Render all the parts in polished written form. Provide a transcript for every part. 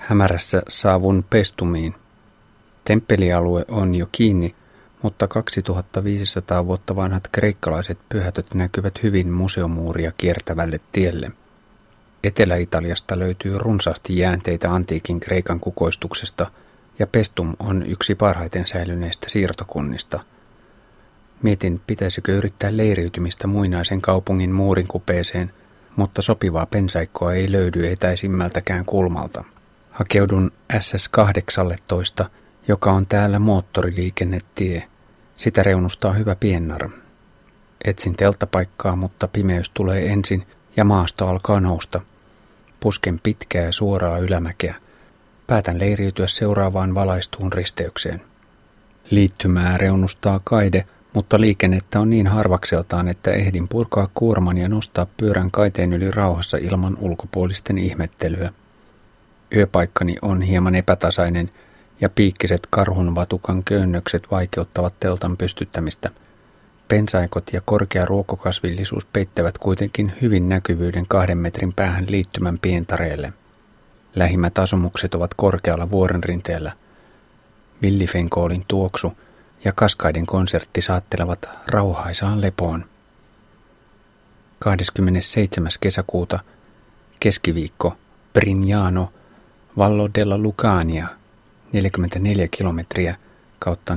Hämärässä saavun Pestumiin. Temppelialue on jo kiinni, mutta 2500 vuotta vanhat kreikkalaiset pyhätöt näkyvät hyvin museomuuria kiertävälle tielle. Etelä-Italiasta löytyy runsaasti jäänteitä antiikin Kreikan kukoistuksesta, ja Pestum on yksi parhaiten säilyneistä siirtokunnista. Mietin, pitäisikö yrittää leiriytymistä muinaisen kaupungin muurinkupeeseen, mutta sopivaa pensaikkoa ei löydy etäisimmältäkään kulmalta. Hakeudun SS-18, joka on täällä moottoriliikennetie. Sitä reunustaa hyvä piennar. Etsin telttapaikkaa, mutta pimeys tulee ensin ja maasto alkaa nousta. Pusken pitkää suoraa ylämäkeä. Päätän leiriytyä seuraavaan valaistuun risteykseen. Liittymää reunustaa kaide, mutta liikennettä on niin harvakseltaan, että ehdin purkaa kuorman ja nostaa pyörän kaiteen yli rauhassa ilman ulkopuolisten ihmettelyä. Yöpaikkani on hieman epätasainen ja piikkiset karhunvatukan köynnökset vaikeuttavat teltan pystyttämistä. Pensaikot ja korkea ruokokasvillisuus peittävät kuitenkin hyvin näkyvyyden 2 metrin päähän liittymän pientareelle. Lähimmät asumukset ovat korkealla vuoren rinteellä. Villifenkoolin tuoksu ja Kaskaiden konsertti saattelevat rauhaisaan lepoon. 27. kesäkuuta, keskiviikko, Brignano, Vallo della Lucania, 44 kilometriä kautta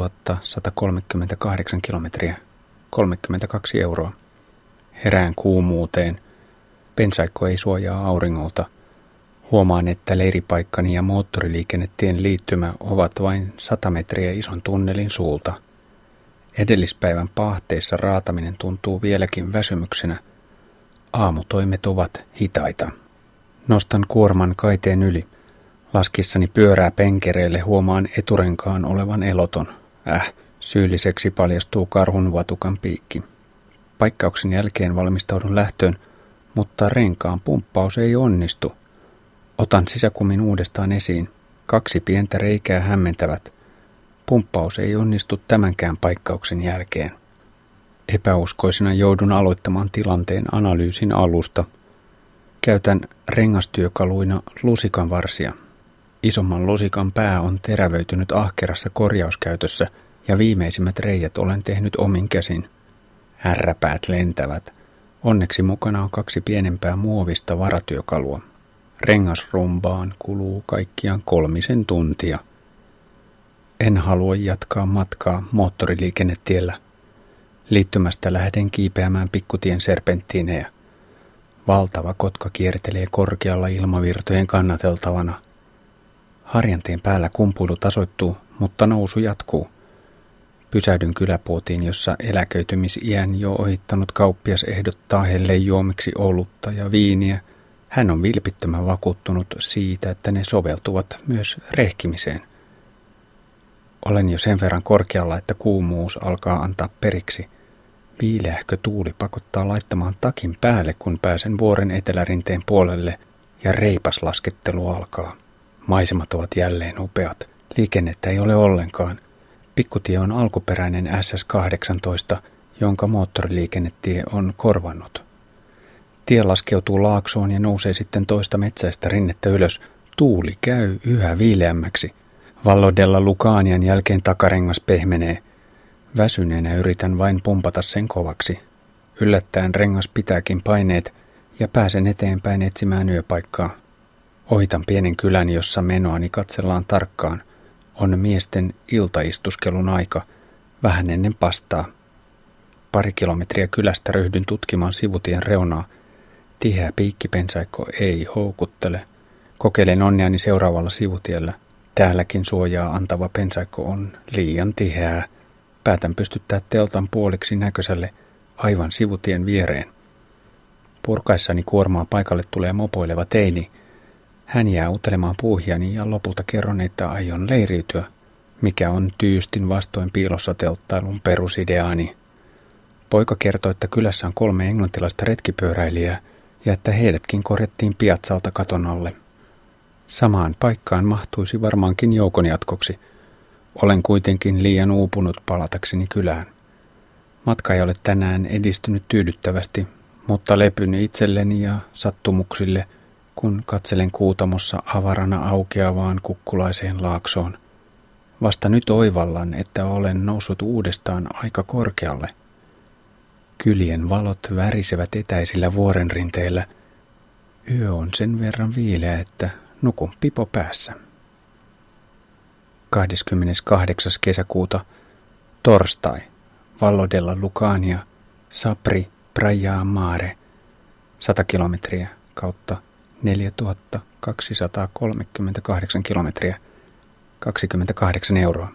4138 kilometriä, 32 €. Herään kuumuuteen. Pensaikko ei suojaa auringolta. Huomaan, että leiripaikkani ja moottoriliikennetien liittymä ovat vain 100 metriä ison tunnelin suulta. Edellispäivän paahteissa raataminen tuntuu vieläkin väsymyksenä. Aamutoimet ovat hitaita. Nostan kuorman kaiteen yli. Laskissani pyörää penkereelle huomaan eturenkaan olevan eloton. Syylliseksi paljastuu karhunvatukan piikki. Paikkauksen jälkeen valmistaudun lähtöön, mutta renkaan pumppaus ei onnistu. Otan sisäkumin uudestaan esiin. 2 pientä reikää hämmentävät. Pumppaus ei onnistu tämänkään paikkauksen jälkeen. Epäuskoisena joudun aloittamaan tilanteen analyysin alusta. Käytän rengastyökaluina lusikanvarsia. Isomman lusikan pää on terävöitynyt ahkerassa korjauskäytössä ja viimeisimmät reijät olen tehnyt omin käsin. Ärräpäät lentävät. Onneksi mukana on 2 pienempää muovista varatyökalua. Rengasrumbaan kuluu kaikkiaan 3 tuntia. En halua jatkaa matkaa moottoriliikennetiellä. Liittymästä lähden kiipeämään pikkutien serpenttiinejä. Valtava kotka kiertelee korkealla ilmavirtojen kannateltavana. Harjanteen päällä kumpuilu tasoittuu, mutta nousu jatkuu. Pysähdyn kyläpuotiin, jossa eläköitymisiän jo ohittanut kauppias ehdottaa helle juomiksi olutta ja viiniä. Hän on vilpittömän vakuuttunut siitä, että ne soveltuvat myös rehkimiseen. Olen jo sen verran korkealla, että kuumuus alkaa antaa periksi. Viileähkö tuuli pakottaa laittamaan takin päälle, kun pääsen vuoren etelärinteen puolelle ja reipas laskettelu alkaa. Maisemat ovat jälleen upeat. Liikennettä ei ole ollenkaan. Pikkutie on alkuperäinen SS-18, jonka moottoriliikennetie on korvannut. Tie laskeutuu laaksoon ja nousee sitten toista metsäistä rinnettä ylös. Tuuli käy yhä viileämmäksi. Vallo della Lucanian jälkeen takarengas pehmenee. Väsyneenä yritän vain pumpata sen kovaksi. Yllättäen rengas pitääkin paineet ja pääsen eteenpäin etsimään yöpaikkaa. Ohitan pienen kylän, jossa menoani katsellaan tarkkaan. On miesten iltaistuskelun aika, vähän ennen pastaa. 2 kilometriä kylästä ryhdyn tutkimaan sivutien reunaa. Tiheä piikkipensaikko ei houkuttele. Kokeilen onneani seuraavalla sivutiellä. Täälläkin suojaa antava pensaikko on liian tiheää. Päätän pystyttää teltan puoliksi näköiselle aivan sivutien viereen. Purkaessani kuormaa paikalle tulee mopoileva teini. Hän jää utelemaan puuhiani ja lopulta kerron, että aion leiriytyä, mikä on tyystin vastoin piilossa telttailun perusideaani. Poika kertoi, että kylässä on 3 englantilaista retkipyöräilijää ja että heidätkin korjattiin piazzalta katon alle. Samaan paikkaan mahtuisi varmaankin joukon jatkoksi. Olen kuitenkin liian uupunut palatakseni kylään. Matka ei ole tänään edistynyt tyydyttävästi, mutta lepyn itselleni ja sattumuksille kun katselen Kuutamossa avarana aukeavaan kukkulaiseen laaksoon. Vasta nyt oivallan, että olen noussut uudestaan aika korkealle. Kylien valot värisevät etäisillä vuorenrinteillä. Yö on sen verran viileä, että nukun pipo päässä. 28. kesäkuuta, torstai, Vallo della Lucania, Sapri, Praia Mare, 100 kilometriä kautta 4238 kilometriä, 28 euroa.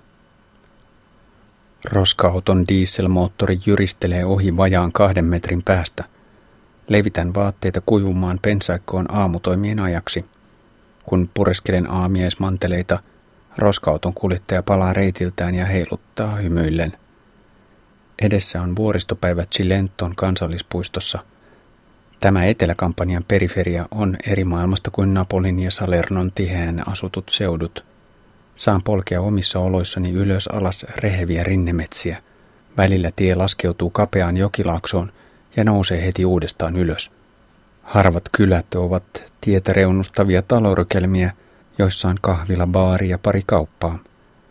Roska-auton dieselmoottori jyristelee ohi vajaan 2 metrin päästä. Levitän vaatteita kuivumaan pensaikkoon aamutoimien ajaksi. Kun pureskelen aamiaismanteleita, roska-auton kuljettaja palaa reitiltään ja heiluttaa hymyillen. Edessä on vuoristopäivä Chilenton kansallispuistossa. Tämä Eteläkampanjan periferia on eri maailmasta kuin Napolin ja Salernon tiheään asutut seudut. Saan polkea omissa oloissani ylös alas reheviä rinnemetsiä. Välillä tie laskeutuu kapeaan jokilaaksoon ja nousee heti uudestaan ylös. Harvat kylät ovat tietä reunustavia talorykelmiä, joissa on kahvila, baari ja pari kauppaa.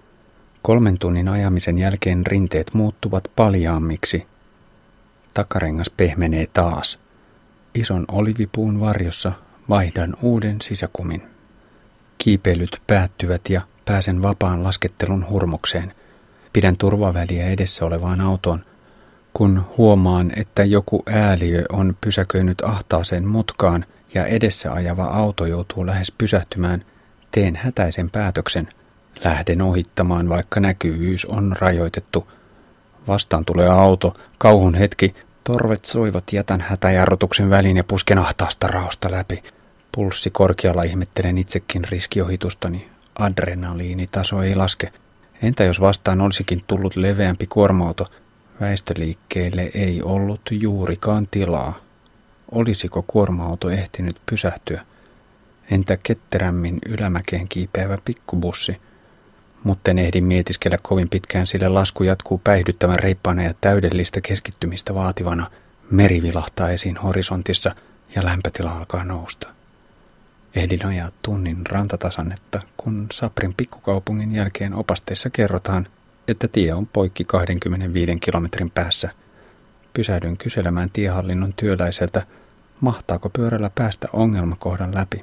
3 tunnin ajamisen jälkeen rinteet muuttuvat paljaammiksi. Takarengas pehmenee taas. Ison olivipuun varjossa vaihdan uuden sisäkumin. Kiipeilyt päättyvät ja pääsen vapaan laskettelun hurmokseen. Pidän turvaväliä edessä olevaan autoon. Kun huomaan, että joku ääliö on pysäköinyt ahtaaseen mutkaan ja edessä ajava auto joutuu lähes pysähtymään, teen hätäisen päätöksen. Lähden ohittamaan, vaikka näkyvyys on rajoitettu. Vastaan tulee auto, kauhun hetki, torvet soivat, jätän hätäjarrutuksen väliin ja pusken ahtaasta raosta läpi. Pulssi korkealla, ihmettelen itsekin riskiohitustani. Adrenaliinitaso ei laske. Entä jos vastaan olisikin tullut leveämpi kuorma-auto? Väistöliikkeelle ei ollut juurikaan tilaa. Olisiko kuorma-auto ehtinyt pysähtyä? Entä ketterämmin ylämäkeen kiipeävä pikkubussi? Mutten ehdin mietiskellä kovin pitkään, sillä lasku jatkuu päihdyttävän reippaana ja täydellistä keskittymistä vaativana. Meri vilahtaa esiin horisontissa ja lämpötila alkaa nousta. Ehdin ajaa tunnin rantatasannetta, kun Saprin pikkukaupungin jälkeen opasteissa kerrotaan, että tie on poikki 25 kilometrin päässä. Pysähdyn kyselemään tiehallinnon työläiseltä, mahtaako pyörällä päästä ongelmakohdan läpi.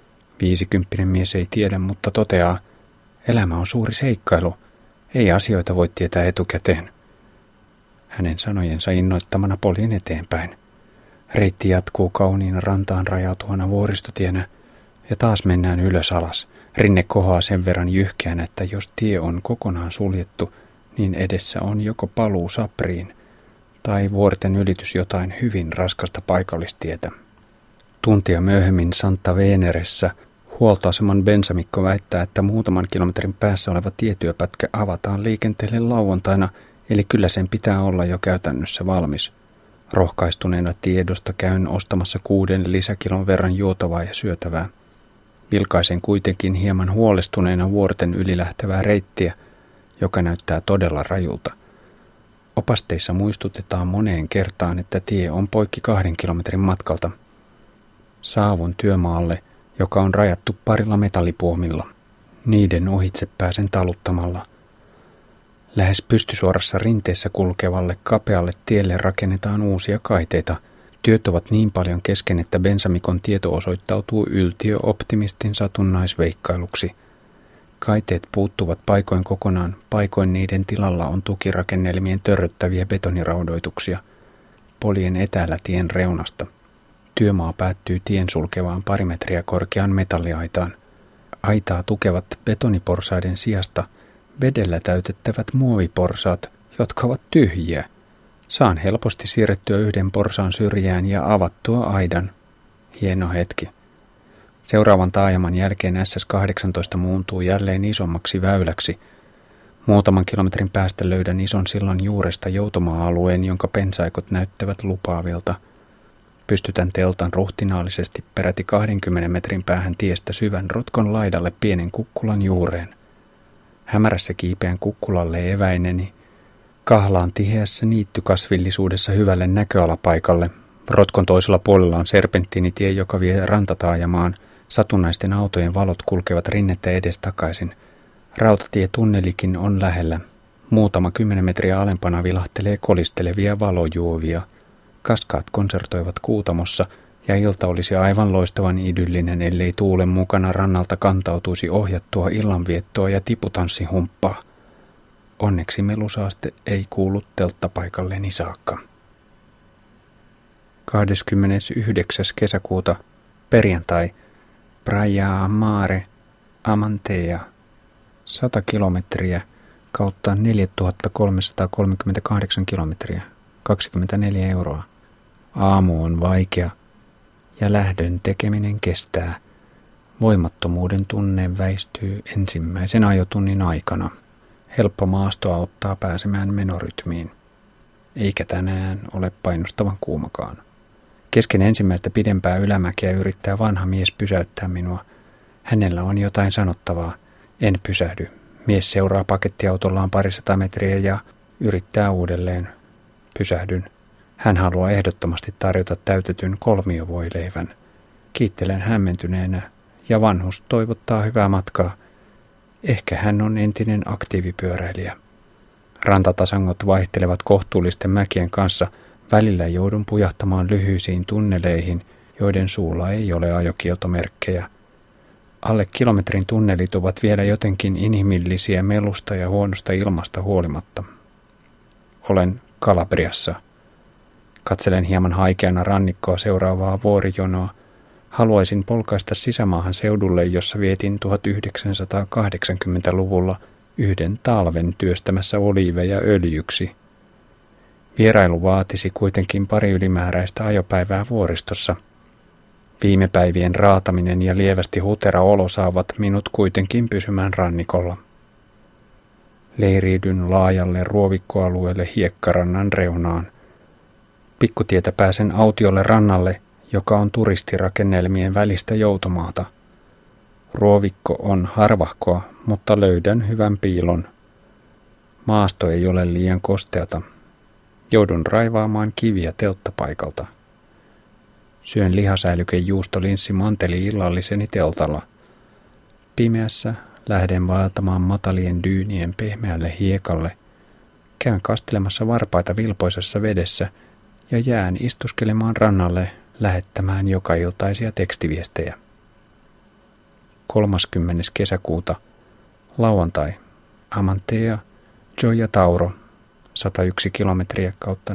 50 mies ei tiedä, mutta toteaa, elämä on suuri seikkailu, ei asioita voi tietää etukäteen. Hänen sanojensa innoittamana poljin eteenpäin. Reitti jatkuu kauniin rantaan rajautuvana vuoristotienä ja taas mennään ylös alas. Rinne kohoaa sen verran jyhkeänä, että jos tie on kokonaan suljettu, niin edessä on joko paluu Sapriin tai vuorten ylitys jotain hyvin raskasta paikallistietä. Tuntia myöhemmin Santa Veneressä huoltoaseman bensamikko väittää, että muutaman kilometrin päässä oleva tietyöpätkä avataan liikenteelle lauantaina, eli kyllä sen pitää olla jo käytännössä valmis. Rohkaistuneena tiedosta käyn ostamassa 6 lisäkilon verran juotavaa ja syötävää. Vilkaisen kuitenkin hieman huolestuneena vuorten yli lähtevää reittiä, joka näyttää todella rajulta. Opasteissa muistutetaan moneen kertaan, että tie on poikki 2 kilometrin matkalta. Saavun työmaalle, joka on rajattu parilla metallipuomilla. Niiden ohitse pääsen taluttamalla. Lähes pystysuorassa rinteessä kulkevalle kapealle tielle rakennetaan uusia kaiteita. Työt ovat niin paljon kesken, että bensamikon tieto osoittautuu yltiöoptimistin satunnaisveikkailuksi. Kaiteet puuttuvat paikoin kokonaan, paikoin niiden tilalla on tukirakennelmien törröttäviä betoniraudoituksia. Poljen etäällä tien reunasta. Työmaa päättyy tien sulkevaan 2 metriä korkeaan metalliaitaan. Aitaa tukevat betoniporsaiden sijasta vedellä täytettävät muoviporsaat, jotka ovat tyhjiä. Saan helposti siirrettyä 1 porsaan syrjään ja avattua aidan. Hieno hetki. Seuraavan taajaman jälkeen SS-18 muuntuu jälleen isommaksi väyläksi. Muutaman kilometrin päästä löydän ison sillan juuresta joutomaa-alueen, jonka pensaikot näyttävät lupaavilta. Pystytän teltan ruhtinaallisesti peräti 20 metrin päähän tiestä syvän rotkon laidalle pienen kukkulan juureen. Hämärässä kiipeän kukkulalle eväineni. Kahlaan tiheässä niittykasvillisuudessa hyvälle näköalapaikalle. Rotkon toisella puolella on serpenttiinitie, joka vie rantataajamaan. Satunnaisten autojen valot kulkevat rinnettä edestakaisin. Rautatietunnelikin on lähellä. Muutama 10 metriä alempana vilahtelee kolistelevia valojuovia. Kaskaat konsertoivat Kuutamossa, ja ilta olisi aivan loistavan idyllinen, ellei tuulen mukana rannalta kantautuisi ohjattua illanviettoa ja tiputanssihumppaa. Onneksi melusaaste ei kuulu telttapaikalleni saakka. 29. kesäkuuta, perjantai, Praia Mare, Amantea, 100 kilometriä kautta 4338 kilometriä, 24 euroa. Aamu on vaikea ja lähdön tekeminen kestää. Voimattomuuden tunne väistyy ensimmäisen ajotunnin aikana. Helppo maasto auttaa pääsemään menorytmiin. Eikä tänään ole painostavan kuumakaan. Kesken ensimmäistä pidempää ylämäkeä yrittää vanha mies pysäyttää minua. Hänellä on jotain sanottavaa. En pysähdy. Mies seuraa pakettiautollaan 200 metriä ja yrittää uudelleen. Pysähdyn. Hän haluaa ehdottomasti tarjota täytetyn kolmiovoileivän. Kiittelen hämmentyneenä ja vanhus toivottaa hyvää matkaa. Ehkä hän on entinen aktiivipyöräilijä. Rantatasangot vaihtelevat kohtuullisten mäkien kanssa. Välillä joudun pujahtamaan lyhyisiin tunneleihin, joiden suulla ei ole ajokieltomerkkejä. Alle kilometrin tunnelit ovat vielä jotenkin inhimillisiä melusta ja huonosta ilmasta huolimatta. Olen Calabriassa. Katselen hieman haikeana rannikkoa seuraavaa vuorijonoa. Haluaisin polkaista sisämaahan seudulle, jossa vietin 1980-luvulla yhden talven työstämässä oliiveja öljyksi. Vierailu vaatisi kuitenkin pari ylimääräistä ajopäivää vuoristossa. Viime päivien raataminen ja lievästi hutera olo saavat minut kuitenkin pysymään rannikolla. Leiriydyn laajalle ruovikkoalueelle hiekkarannan reunaan. Pikkutietä pääsen autiolle rannalle, joka on turistirakennelmien välistä joutomaata. Ruovikko on harvahkoa, mutta löydän hyvän piilon. Maasto ei ole liian kosteata. Joudun raivaamaan kiviä telttapaikalta. Syön lihasäilykejuustolinssi manteli illalliseni teltalla. Pimeässä lähden vaeltamaan matalien dyynien pehmeälle hiekalle. Käyn kastelemassa varpaita vilpoisessa vedessä ja jään istuskelemaan rannalle lähettämään jokailtaisia tekstiviestejä. 30. kesäkuuta, lauantai, Amantea, Gioia Tauro, 101 kilometriä kautta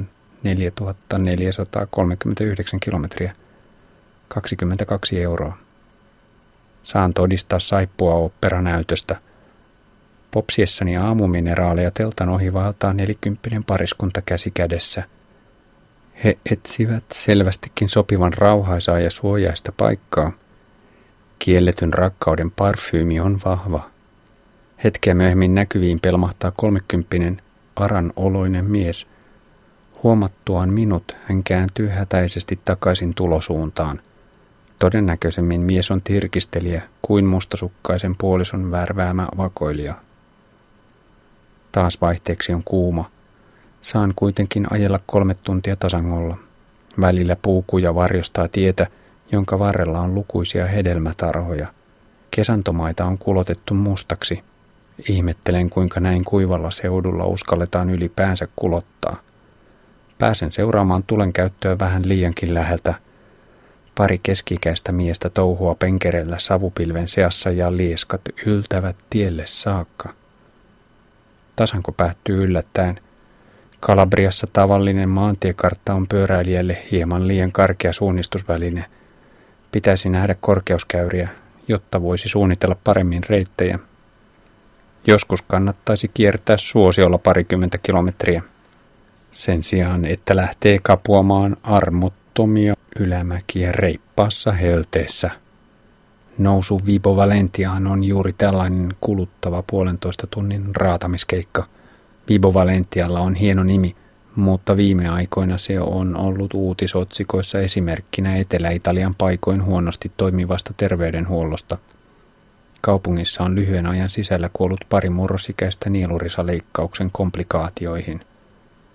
4439 kilometriä, 22 euroa. Saan todistaa saippua-oopperanäytöstä. Popsiessani aamumineraaleja teltan ohi vaeltaa 40 pariskunta käsi kädessä. He etsivät selvästikin sopivan rauhaisaa ja suojaista paikkaa. Kielletyn rakkauden parfyymi on vahva. Hetkeä myöhemmin näkyviin pelmahtaa 30 aran oloinen mies. Huomattuaan minut hän kääntyy hätäisesti takaisin tulosuuntaan. Todennäköisemmin mies on tirkistelijä kuin mustasukkaisen puolison värväämä vakoilija. Taas vaihteeksi on kuuma. Saan kuitenkin ajella 3 tuntia tasangolla. Välillä puukuja varjostaa tietä, jonka varrella on lukuisia hedelmätarhoja. Kesantomaita on kulotettu mustaksi. Ihmettelen, kuinka näin kuivalla seudulla uskalletaan ylipäänsä kulottaa. Pääsen seuraamaan tulen käyttöä vähän liiankin läheltä. Pari keski-ikäistä miestä touhua penkerellä savupilven seassa ja lieskat yltävät tielle saakka. Tasanko päättyy yllättäen. Calabriassa tavallinen maantiekartta on pyöräilijälle hieman liian karkea suunnistusväline. Pitäisi nähdä korkeuskäyriä, jotta voisi suunnitella paremmin reittejä. Joskus kannattaisi kiertää suosiolla 20 kilometriä. Sen sijaan, että lähtee kapuamaan armottomia ylämäkiä reippaassa helteessä. Nousu Vibo Valentiaan on juuri tällainen kuluttava 1,5 tunnin raatamiskeikka. Vibo Valentialla on hieno nimi, mutta viime aikoina se on ollut uutisotsikoissa esimerkkinä Etelä-Italian paikoin huonosti toimivasta terveydenhuollosta. Kaupungissa on lyhyen ajan sisällä kuollut pari murrosikäistä nielurisaleikkauksen komplikaatioihin.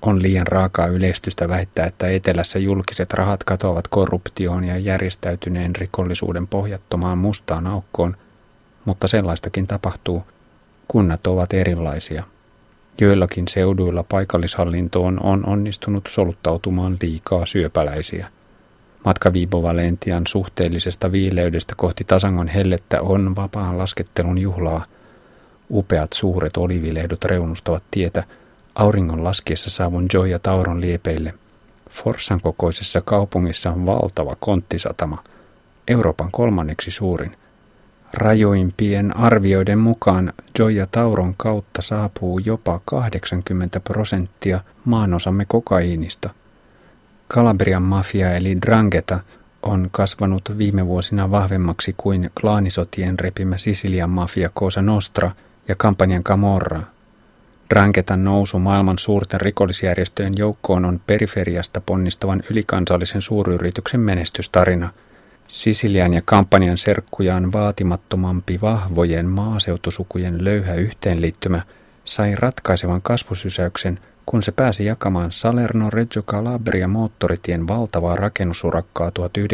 On liian raakaa yleistystä väittää, että etelässä julkiset rahat katoavat korruptioon ja järjestäytyneen rikollisuuden pohjattomaan mustaan aukkoon, mutta sellaistakin tapahtuu. Kunnat ovat erilaisia. Joillakin seuduilla paikallishallintoon on onnistunut soluttautumaan liikaa syöpäläisiä. Matka Vibo Valentian suhteellisesta viileydestä kohti Tasangon hellettä on vapaan laskettelun juhlaa. Upeat suuret oliivilehdot reunustavat tietä. Auringon laskiessa saavun Gioia Tauron liepeille. Forssan kokoisessa kaupungissa on valtava konttisatama, Euroopan 3. suurin. Rajoimpien arvioiden mukaan Gioia Tauron kautta saapuu jopa 80% maanosamme kokaiinista. Kalabrian mafia eli 'Ndrangheta on kasvanut viime vuosina vahvemmaksi kuin klaanisotien repimä Sisilian mafia Cosa Nostra ja kampanjan Camorra. 'Ndranghetan nousu maailman suurten rikollisjärjestöjen joukkoon on periferiasta ponnistavan ylikansallisen suuryrityksen menestystarina. Sisilian ja kampanjan serkkujaan vaatimattomampi vahvojen maaseutusukujen löyhä yhteenliittymä sai ratkaisevan kasvusysäyksen, kun se pääsi jakamaan Salerno-Reggio Calabria moottoritien valtavaa rakennusurakkaa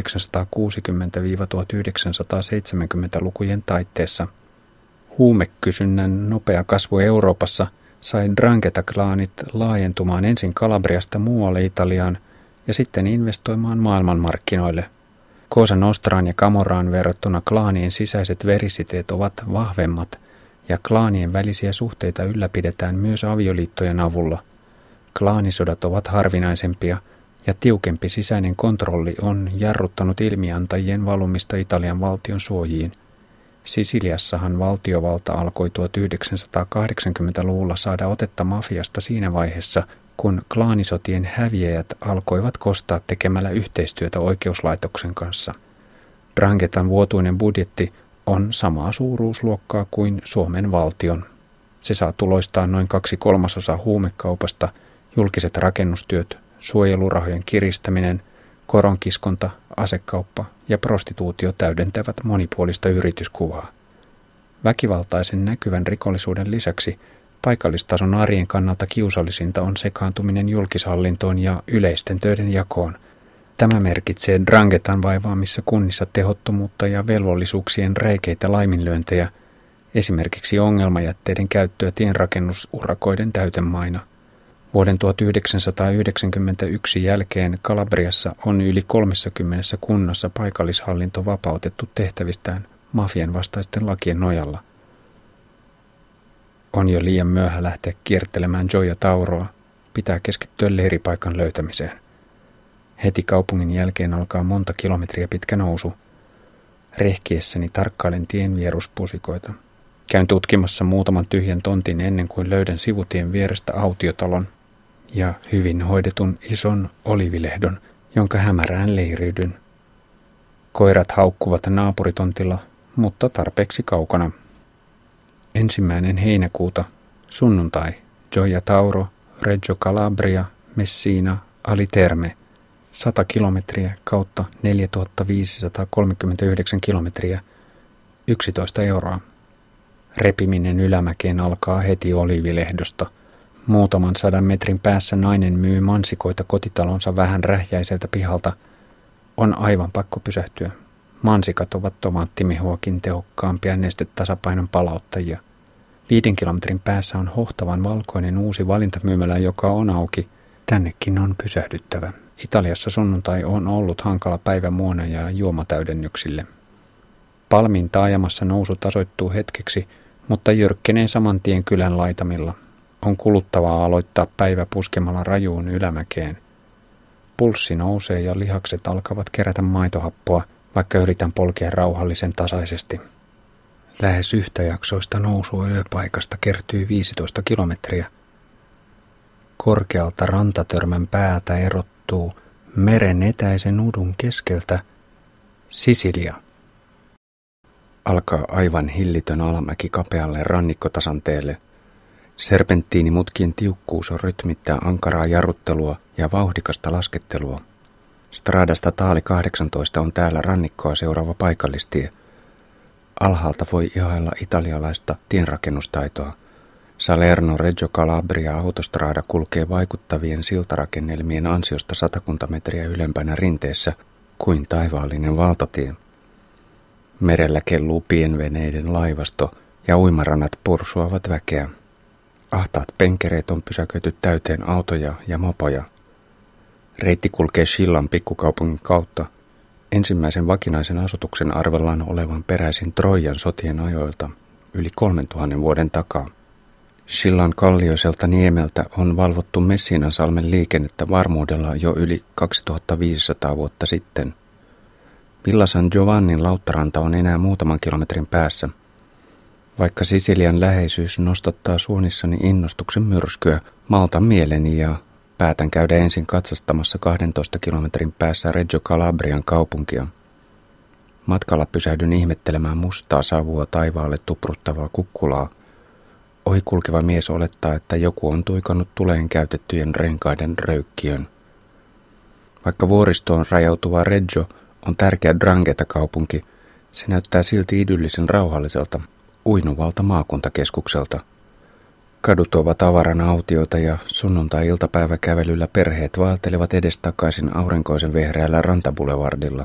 1960-1970-lukujen taitteessa. Huumekysynnän nopea kasvu Euroopassa sai 'Ndrangheta-klaanit laajentumaan ensin Kalabriasta muualle Italiaan ja sitten investoimaan maailmanmarkkinoille. Cosa Nostraan ja Camorraan verrattuna klaanien sisäiset verisiteet ovat vahvemmat ja klaanien välisiä suhteita ylläpidetään myös avioliittojen avulla. Klaanisodat ovat harvinaisempia ja tiukempi sisäinen kontrolli on jarruttanut ilmiantajien valumista Italian valtion suojiin. Sisiliassahan valtiovalta alkoi 1980-luvulla saada otetta mafiasta siinä vaiheessa, kun klaanisotien häviäjät alkoivat kostaa tekemällä yhteistyötä oikeuslaitoksen kanssa. 'Ndrangheta vuotuinen budjetti on samaa suuruusluokkaa kuin Suomen valtion. Se saa tuloistaan noin 2/3 huumekaupasta, julkiset rakennustyöt, suojelurahojen kiristäminen, koronkiskonta, asekauppa ja prostituutio täydentävät monipuolista yrityskuvaa. Väkivaltaisen näkyvän rikollisuuden lisäksi paikallistason arjen kannalta kiusallisinta on sekaantuminen julkishallintoon ja yleisten töiden jakoon. Tämä merkitsee 'Ndranghetan vaivaamissa kunnissa tehottomuutta ja velvollisuuksien räikeitä laiminlyöntejä, esimerkiksi ongelmajätteiden käyttöä tienrakennusurakoiden täytemaina. Vuoden 1991 jälkeen Kalabriassa on yli 30 kunnassa paikallishallinto vapautettu tehtävistään mafian vastaisten lakien nojalla. On jo liian myöhä lähteä kiertelemään Gioia Tauroa, pitää keskittyä leiripaikan löytämiseen. Heti kaupungin jälkeen alkaa monta kilometriä pitkä nousu. Rehkiessäni tarkkailen tien vieruspusikoita. Käyn tutkimassa muutaman tyhjän tontin ennen kuin löydän sivutien vierestä autiotalon ja hyvin hoidetun ison olivilehdon, jonka hämärään leiriydyn. Koirat haukkuvat naapuritontilla, mutta tarpeeksi kaukana. 1. heinäkuuta, sunnuntai, Gioia Tauro, Reggio Calabria, Messina, Aliterme, 100 kilometriä kautta 4539 kilometriä, 11 euroa. Repiminen ylämäkeen alkaa heti oliivilehdosta. Muutaman 100 metrin päässä nainen myy mansikoita kotitalonsa vähän rähjäiseltä pihalta. On aivan pakko pysähtyä. Mansikat ovat tomaattimehuakin tehokkaampia nestetasapainon palauttajia. 5 kilometrin päässä on hohtavan valkoinen uusi valintamyymälä, joka on auki. Tännekin on pysähdyttävä. Italiassa sunnuntai on ollut hankala päivä muona ja juomatäydennyksille. Palmin taajamassa nousu tasoittuu hetkeksi, mutta jyrkkenee saman tien kylän laitamilla. On kuluttavaa aloittaa päivä puskemalla rajuun ylämäkeen. Pulssi nousee ja lihakset alkavat kerätä maitohappoa, vaikka yritän polkea rauhallisen tasaisesti. Lähes yhtäjaksoista nousua yöpaikasta kertyy 15 kilometriä. Korkealta rantatörmän päätä erottuu meren etäisen udun keskeltä Sisilia. Alkaa aivan hillitön alamäki kapealle rannikkotasanteelle. Serpenttiinimutkien tiukkuus on rytmittää ankaraa jarruttelua ja vauhdikasta laskettelua. Stradasta Taali 18 on täällä rannikkoa seuraava paikallistie. Alhaalta voi ihailla italialaista tienrakennustaitoa. Salerno-Reggio Calabria-autostrada kulkee vaikuttavien siltarakennelmien ansiosta 100 metriä ylempänä rinteessä kuin taivaallinen valtatie. Merellä kelluu pienveneiden laivasto ja uimarannat pursuavat väkeä. Ahtaat penkereet on pysäköity täyteen autoja ja mopoja. Reitti kulkee Schillan pikkukaupungin kautta. Ensimmäisen vakinaisen asutuksen arvellaan olevan peräisin Troijan sotien ajoilta yli 3000 vuoden takaa. Schillan kallioiselta niemeltä on valvottu Messinansalmen liikennettä varmuudella jo yli 2500 vuotta sitten. Villa San Giovannin lauttaranta on enää muutaman kilometrin päässä. Vaikka Sisilian läheisyys nostattaa suonissani innostuksen myrskyä, maltan mieleni ja päätän käydä ensin katsastamassa 12 kilometrin päässä Reggio Calabrian kaupunkia. Matkalla pysähdyn ihmettelemään mustaa savua taivaalle tupruttavaa kukkulaa. Ohikulkeva mies olettaa, että joku on tuikannut tuleen käytettyjen renkaiden röykkiön. Vaikka vuoristoon rajautuva Reggio on tärkeä Drangheta-kaupunki, se näyttää silti idyllisen rauhalliselta, uinuvalta maakuntakeskukselta. Kadut ovat avaran autioita ja sunnuntai-iltapäiväkävelyllä perheet vaeltelevat edestakaisin aurinkoisen vehreällä Rantabulevardilla.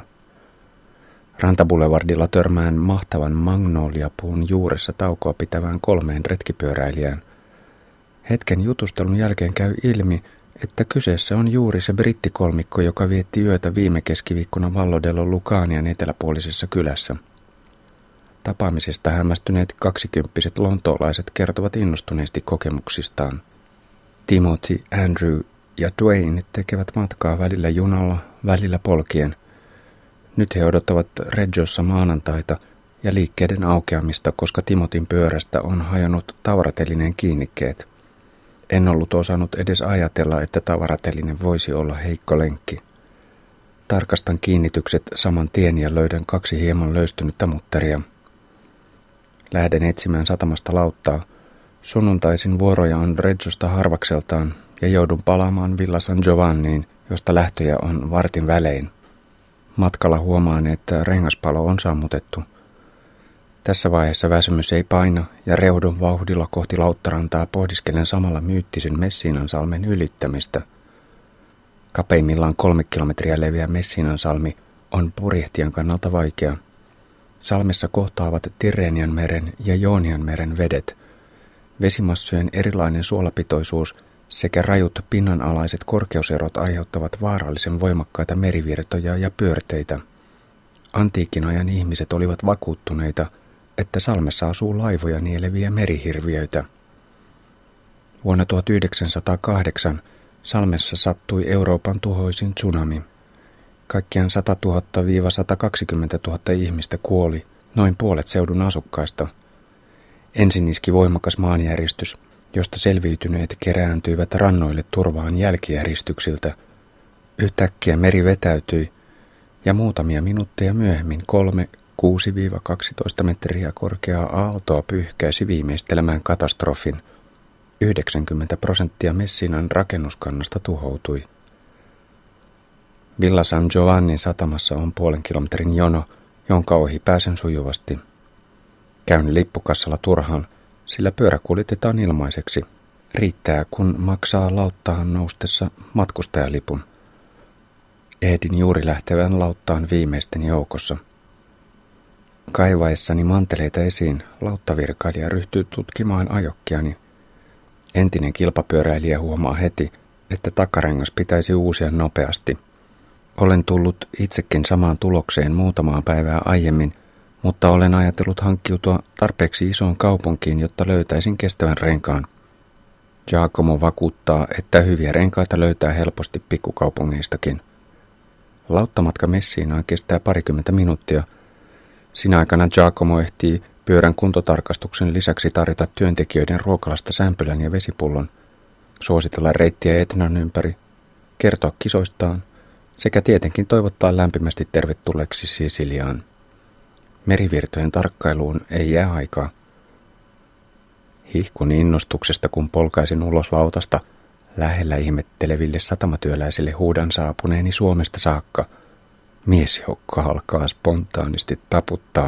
Rantabulevardilla törmään mahtavan magnoliapuun juuressa taukoa pitävään 3 retkipyöräilijään. Hetken jutustelun jälkeen käy ilmi, että kyseessä on juuri se brittikolmikko, joka vietti yötä viime keskiviikkona Vallo dello Lucanian eteläpuolisessa kylässä. Tapaamisesta hämmästyneet 20-vuotiaat lontoolaiset kertovat innostuneesti kokemuksistaan. Timothy, Andrew ja Dwayne tekevät matkaa välillä junalla, välillä polkien. Nyt he odottavat Reggiossa maanantaita ja liikkeiden aukeamista, koska Timotin pyörästä on hajonnut tavaratelineen kiinnikkeet. En ollut osannut edes ajatella, että tavaratelinen voisi olla heikko lenkki. Tarkastan kiinnitykset saman tien ja löydän 2 hieman löystynyttä mutteria. Lähden etsimään satamasta lauttaa. Sunnuntaisin vuoroja on Reggiosta harvakseltaan ja joudun palaamaan Villa San Giovanniin, josta lähtöjä on vartin välein. Matkalla huomaan, että rengaspalo on sammutettu. Tässä vaiheessa väsymys ei paina ja reudun vauhdilla kohti lauttarantaa pohdiskelen samalla myyttisen Messinansalmen ylittämistä. Kapeimmillaan 3 kilometriä leveä Messinansalmi on purjehtijan kannalta vaikea. Salmessa kohtaavat Tirrenianmeren ja Joonianmeren vedet. Vesimassojen erilainen suolapitoisuus sekä rajut pinnanalaiset korkeuserot aiheuttavat vaarallisen voimakkaita merivirtoja ja pyörteitä. Antiikin ajan ihmiset olivat vakuuttuneita, että salmessa asuu laivoja nieleviä merihirviöitä. Vuonna 1908 salmessa sattui Euroopan tuhoisin tsunami. Kaikkiaan 100 000–120 000 ihmistä kuoli, noin puolet seudun asukkaista. Ensin iski voimakas maanjäristys, josta selviytyneet kerääntyivät rannoille turvaan jälkijäristyksiltä. Yhtäkkiä meri vetäytyi ja muutamia minuutteja myöhemmin 6–12 metriä korkeaa aaltoa pyyhkäisi viimeistelemään katastrofin. 90% Messinan rakennuskannasta tuhoutui. Villa San Giovannin satamassa on 0,5 kilometrin jono, jonka ohi pääsen sujuvasti. Käyn lippukassalla turhaan, sillä pyörä kuljetetaan ilmaiseksi. Riittää, kun maksaa lauttaan noustessa matkustajalipun. Ehdin juuri lähtevän lauttaan viimeisten joukossa. Kaivaessani manteleita esiin, lauttavirkailija ryhtyy tutkimaan ajokkiani. Entinen kilpapyöräilijä huomaa heti, että takarengas pitäisi uusia nopeasti. Olen tullut itsekin samaan tulokseen muutamaa päivää aiemmin, mutta olen ajatellut hankkiutua tarpeeksi isoon kaupunkiin, jotta löytäisin kestävän renkaan. Giacomo vakuuttaa, että hyviä renkaita löytää helposti pikkukaupungeistakin. Lauttamatka Messinaan kestää 20 minuuttia. Sinä aikana Giacomo ehtii pyörän kuntotarkastuksen lisäksi tarjota työntekijöiden ruokalasta sämpylän ja vesipullon, suositella reittiä Etnan ympäri, kertoa kisoistaan sekä tietenkin toivottaa lämpimästi tervetulleeksi Sisiliaan. Merivirtojen tarkkailuun ei jää aikaa. Hihkun innostuksesta, kun polkaisin ulos lautasta, lähellä ihmetteleville satamatyöläisille huudan saapuneeni Suomesta saakka. Miesjoukko alkaa spontaanisti taputtaa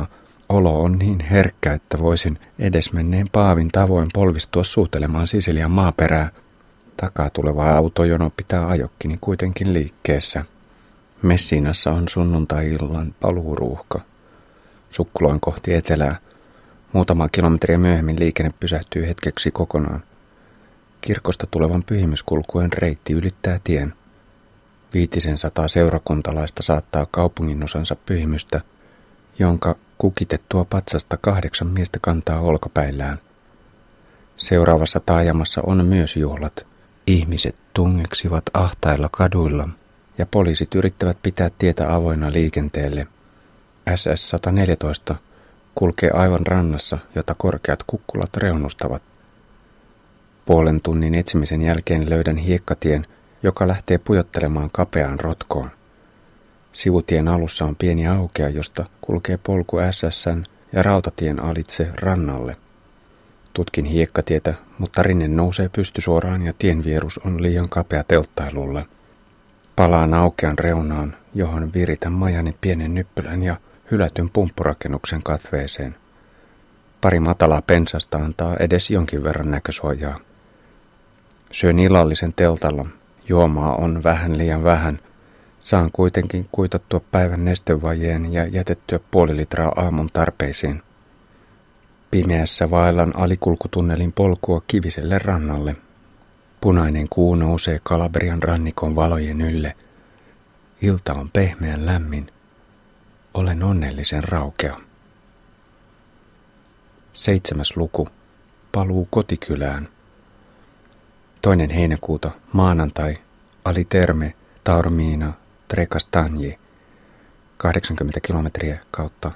Olo on niin herkkä, että voisin edesmenneen paavin tavoin polvistua suutelemaan Sisilian maaperää. Takaa tuleva autojono pitää ajokkini kuitenkin liikkeessä. Messinassa on sunnuntai-illan paluuruuhka. Sukkuloin kohti etelää. Muutama kilometriä myöhemmin liikenne pysähtyy hetkeksi kokonaan. Kirkosta tulevan pyhimyskulkueen reitti ylittää tien. 500 seurakuntalaista saattaa kaupunginosansa pyhimystä, jonka kukitettua patsasta 8 miestä kantaa olkapäillään. Seuraavassa taajamassa on myös juhlat. Ihmiset tungeksivat ahtailla kaduilla ja poliisit yrittävät pitää tietä avoinna liikenteelle. SS-114 kulkee aivan rannassa, jota korkeat kukkulat reunustavat. Puolen tunnin etsimisen jälkeen löydän hiekkatien, joka lähtee pujottelemaan kapeaan rotkoon. Sivutien alussa on pieni aukea, josta kulkee polku SS:n ja rautatien alitse rannalle. Tutkin hiekkatietä, mutta rinne nousee pystysuoraan ja tienvierus on liian kapea telttailulle. Palaan aukean reunaan, johon viritän majani pienen nyppylän ja hylätyn pumppurakennuksen katveeseen. Pari matalaa pensasta antaa edes jonkin verran näkösuojaa. Syön illallisen teltalla. Juomaa on vähän liian vähän. Saan kuitenkin kuitattua päivän nestevajeen ja jätettyä 0,5 litraa aamun tarpeisiin. Pimeässä vaellan alikulkutunnelin polkua kiviselle rannalle. Punainen kuu nousee Kalabrian rannikon valojen ylle. Ilta on pehmeän lämmin. Olen onnellisen raukea. 7. luku. Paluu kotikylään. 2. heinäkuuta, maanantai, Aliterme, Taormina, Tre Castagni, 80 kilometriä kautta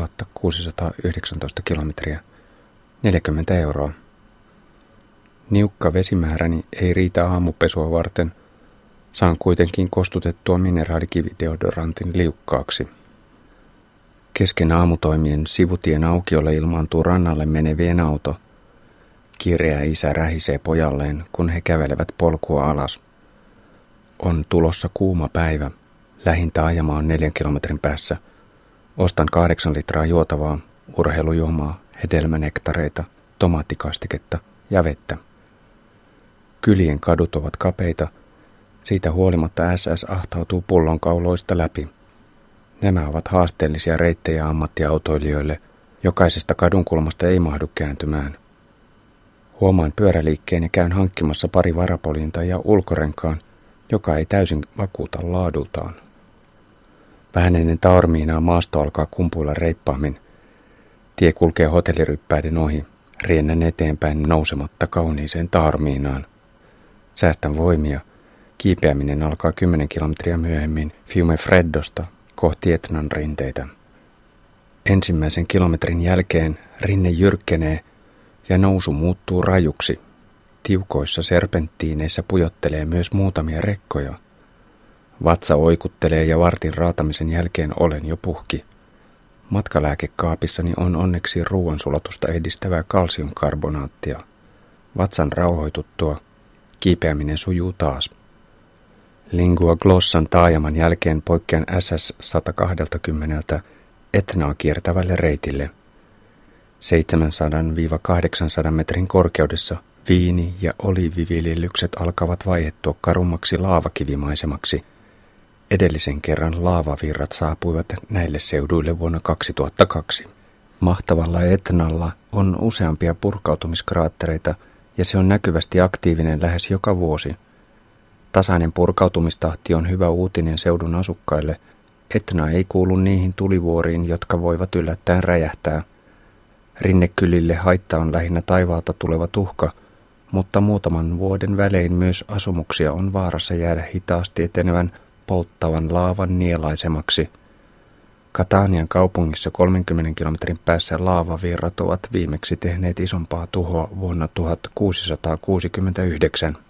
4619 kilometriä, 40 €. Niukka vesimääräni ei riitä aamupesua varten. Saan kuitenkin kostutettua mineraalikivideodorantin liukkaaksi. Kesken aamutoimien sivutien aukiolle ilmaantuu rannalle menevien auto. Kireä isä rähisee pojalleen, kun he kävelevät polkua alas. On tulossa kuuma päivä. Lähin taajama on 4 kilometrin päässä. Ostan 8 litraa juotavaa, urheilujuomaa, hedelmänektareita, tomaattikastiketta ja vettä. Kylien kadut ovat kapeita. Siitä huolimatta SS ahtautuu pullonkauloista läpi. Nämä ovat haasteellisia reittejä ammattiautoilijoille. Jokaisesta kadunkulmasta ei mahdu kääntymään. Huomaan pyöräliikkeen ja käyn hankkimassa pari varapolinta ja ulkorenkaan, joka ei täysin vakuuta laadultaan. Vähän ennen Taorminaa maasto alkaa kumpuilla reippaammin. Tie kulkee hotelliryppäiden ohi, riennän eteenpäin nousematta kauniiseen Taorminaan. Säästän voimia. Kiipeäminen alkaa 10 kilometriä myöhemmin Fiumefreddosta kohti Etnan rinteitä. Ensimmäisen kilometrin jälkeen rinne jyrkkenee ja nousu muuttuu rajuksi. Tiukoissa serpenttiineissä pujottelee myös muutamia rekkoja. Vatsa oikuttelee ja vartin raatamisen jälkeen olen jo puhki. Matkalääkekaapissani on onneksi ruoansulatusta edistävää kalsiumkarbonaattia. Vatsan rauhoituttua kiipeäminen sujuu taas. Lingua Glossan taajaman jälkeen poikkean SS-120 Etnaa kiertävälle reitille. 700–800 metrin korkeudessa viini- ja oliiviviljelykset alkavat vaihettua karummaksi laavakivimaisemaksi. Edellisen kerran laavavirrat saapuivat näille seuduille vuonna 2002. Mahtavalla Etnalla on useampia purkautumiskraattereita ja se on näkyvästi aktiivinen lähes joka vuosi. Tasainen purkautumistahti on hyvä uutinen seudun asukkaille. Etna ei kuulu niihin tulivuoriin, jotka voivat yllättäen räjähtää. Rinnekylille haitta on lähinnä taivaalta tuleva tuhka, mutta muutaman vuoden välein myös asumuksia on vaarassa jäädä hitaasti etenevän polttavan laavan nielaisemaksi. Catanian kaupungissa 30 kilometrin päässä laavavirrat ovat viimeksi tehneet isompaa tuhoa vuonna 1669.